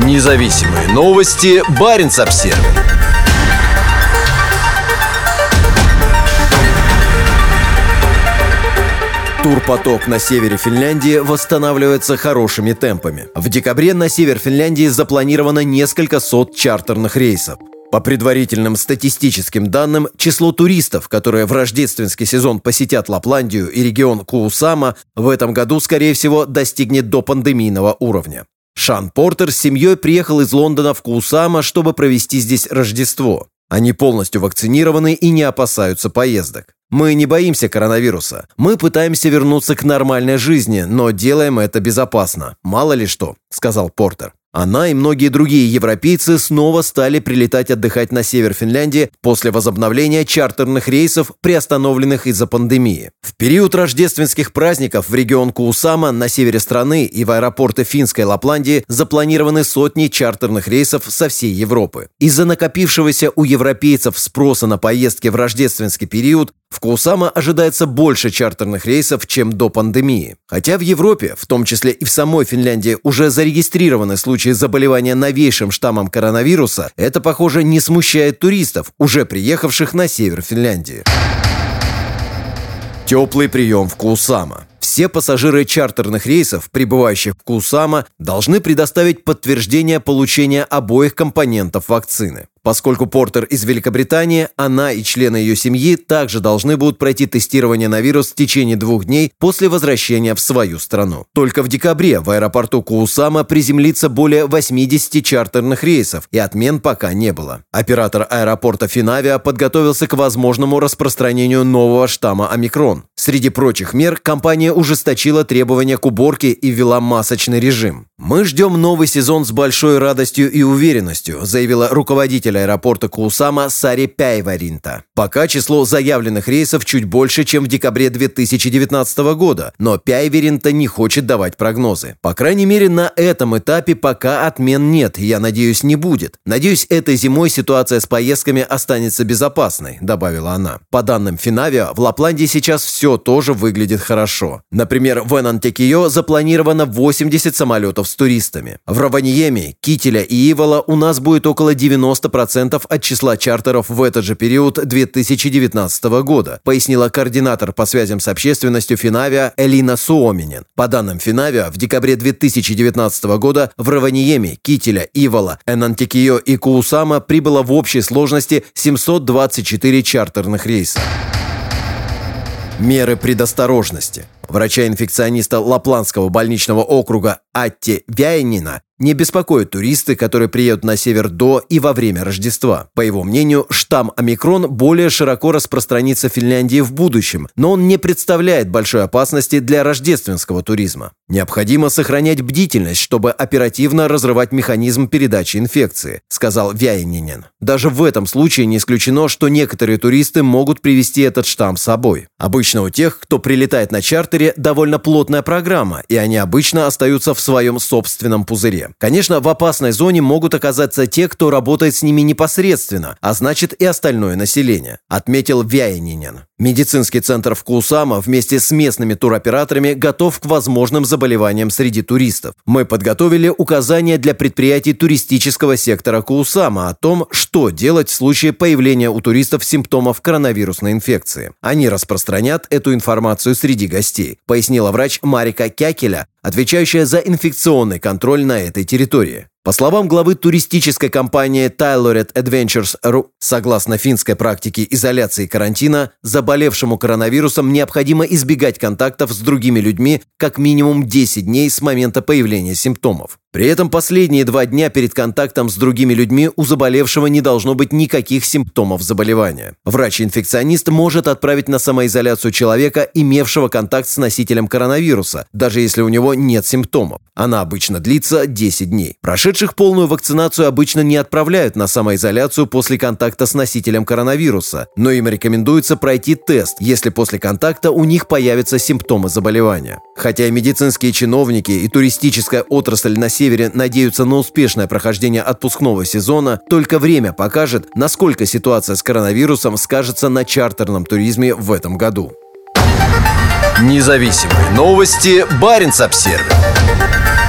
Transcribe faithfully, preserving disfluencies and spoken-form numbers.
Независимые новости. Баренц-Обсервис. Турпоток на севере Финляндии восстанавливается хорошими темпами. В декабре на север Финляндии запланировано несколько сот чартерных рейсов. По предварительным статистическим данным, число туристов, которые в рождественский сезон посетят Лапландию и регион Куусама, в этом году, скорее всего, достигнет допандемийного уровня. Шан Портер с семьей приехал из Лондона в Куусама, чтобы провести здесь Рождество. Они полностью вакцинированы и не опасаются поездок. «Мы не боимся коронавируса. Мы пытаемся вернуться к нормальной жизни, но делаем это безопасно. Мало ли что», — сказал Портер. Она и многие другие европейцы снова стали прилетать отдыхать на север Финляндии после возобновления чартерных рейсов, приостановленных из-за пандемии. В период рождественских праздников в регион Куусама на севере страны и в аэропорты финской Лапландии запланированы сотни чартерных рейсов со всей Европы. Из-за накопившегося у европейцев спроса на поездки в рождественский период в Куусама ожидается больше чартерных рейсов, чем до пандемии. Хотя в Европе, в том числе и в самой Финляндии, уже зарегистрированы случаи заболевания новейшим штаммом коронавируса, это, похоже, не смущает туристов, уже приехавших на север Финляндии. Теплый прием в Куусама. Все пассажиры чартерных рейсов, прибывающих в Куусама, должны предоставить подтверждение получения обоих компонентов вакцины. Поскольку Портер из Великобритании, она и члены ее семьи также должны будут пройти тестирование на вирус в течение двух дней после возвращения в свою страну. Только в декабре в аэропорту Куусама приземлится более восьмидесяти чартерных рейсов, и отмен пока не было. Оператор аэропорта Финавиа подготовился к возможному распространению нового штамма омикрон. Среди прочих мер компания ужесточила требования к уборке и ввела масочный режим. «Мы ждем новый сезон с большой радостью и уверенностью», заявила руководитель аэропорта Куусама Сари Päivärinta. Пока число заявленных рейсов чуть больше, чем в декабре две тысячи девятнадцатого года, но Päivärinta не хочет давать прогнозы. «По крайней мере, на этом этапе пока отмен нет, я надеюсь, не будет. Надеюсь, этой зимой ситуация с поездками останется безопасной», добавила она. По данным Финавиа, в Лапландии сейчас все тоже выглядит хорошо. Например, в Энантекио запланировано восемьдесят самолетов с туристами. В Раваньеме, Кителя и Ивола у нас будет около девяноста процентов от числа чартеров в этот же период две тысячи девятнадцатого года, пояснила координатор по связям с общественностью Финавиа Элина Suominen. По данным Финавиа, в декабре две тысячи девятнадцатого года в Раваньеме, Кителя, Ивола, Энантекио и Куусама прибыло в общей сложности семьсот двадцать четыре чартерных рейса. Меры предосторожности. Врача-инфекциониста Лапландского больничного округа Атти Вяйнина не беспокоят туристы, которые приедут на север до и во время Рождества. По его мнению, штамм омикрон более широко распространится в Финляндии в будущем, но он не представляет большой опасности для рождественского туризма. «Необходимо сохранять бдительность, чтобы оперативно разрывать механизм передачи инфекции», сказал Вяйнинен. Даже в этом случае не исключено, что некоторые туристы могут привезти этот штамм с собой. Обычно у тех, кто прилетает на чартере, довольно плотная программа, и они обычно остаются в своем собственном пузыре. Конечно, в опасной зоне могут оказаться те, кто работает с ними непосредственно, а значит и остальное население, отметил Вяйнинен. Медицинский центр в Куусама вместе с местными туроператорами готов к возможным заболеваниям среди туристов. Мы подготовили указания для предприятий туристического сектора Куусама о том, что делать в случае появления у туристов симптомов коронавирусной инфекции. Они распространят эту информацию среди гостей, пояснила врач Марика Кякеля, отвечающая за инфекционный контроль на этой территории. По словам главы туристической компании Tailored Adventures точка ру, согласно финской практике изоляции и карантина, заболевшему коронавирусом необходимо избегать контактов с другими людьми как минимум десять дней с момента появления симптомов. При этом последние два дня перед контактом с другими людьми у заболевшего не должно быть никаких симптомов заболевания. Врач-инфекционист может отправить на самоизоляцию человека, имевшего контакт с носителем коронавируса, даже если у него нет симптомов. Она обычно длится десять дней. Прошедших полную вакцинацию обычно не отправляют на самоизоляцию после контакта с носителем коронавируса, но им рекомендуется пройти тест, если после контакта у них появятся симптомы заболевания. Хотя и медицинские чиновники, и туристическая отрасль на севере надеются на успешное прохождение отпускного сезона, только время покажет, насколько ситуация с коронавирусом скажется на чартерном туризме в этом году. Независимые новости. Баренц-Обсервис.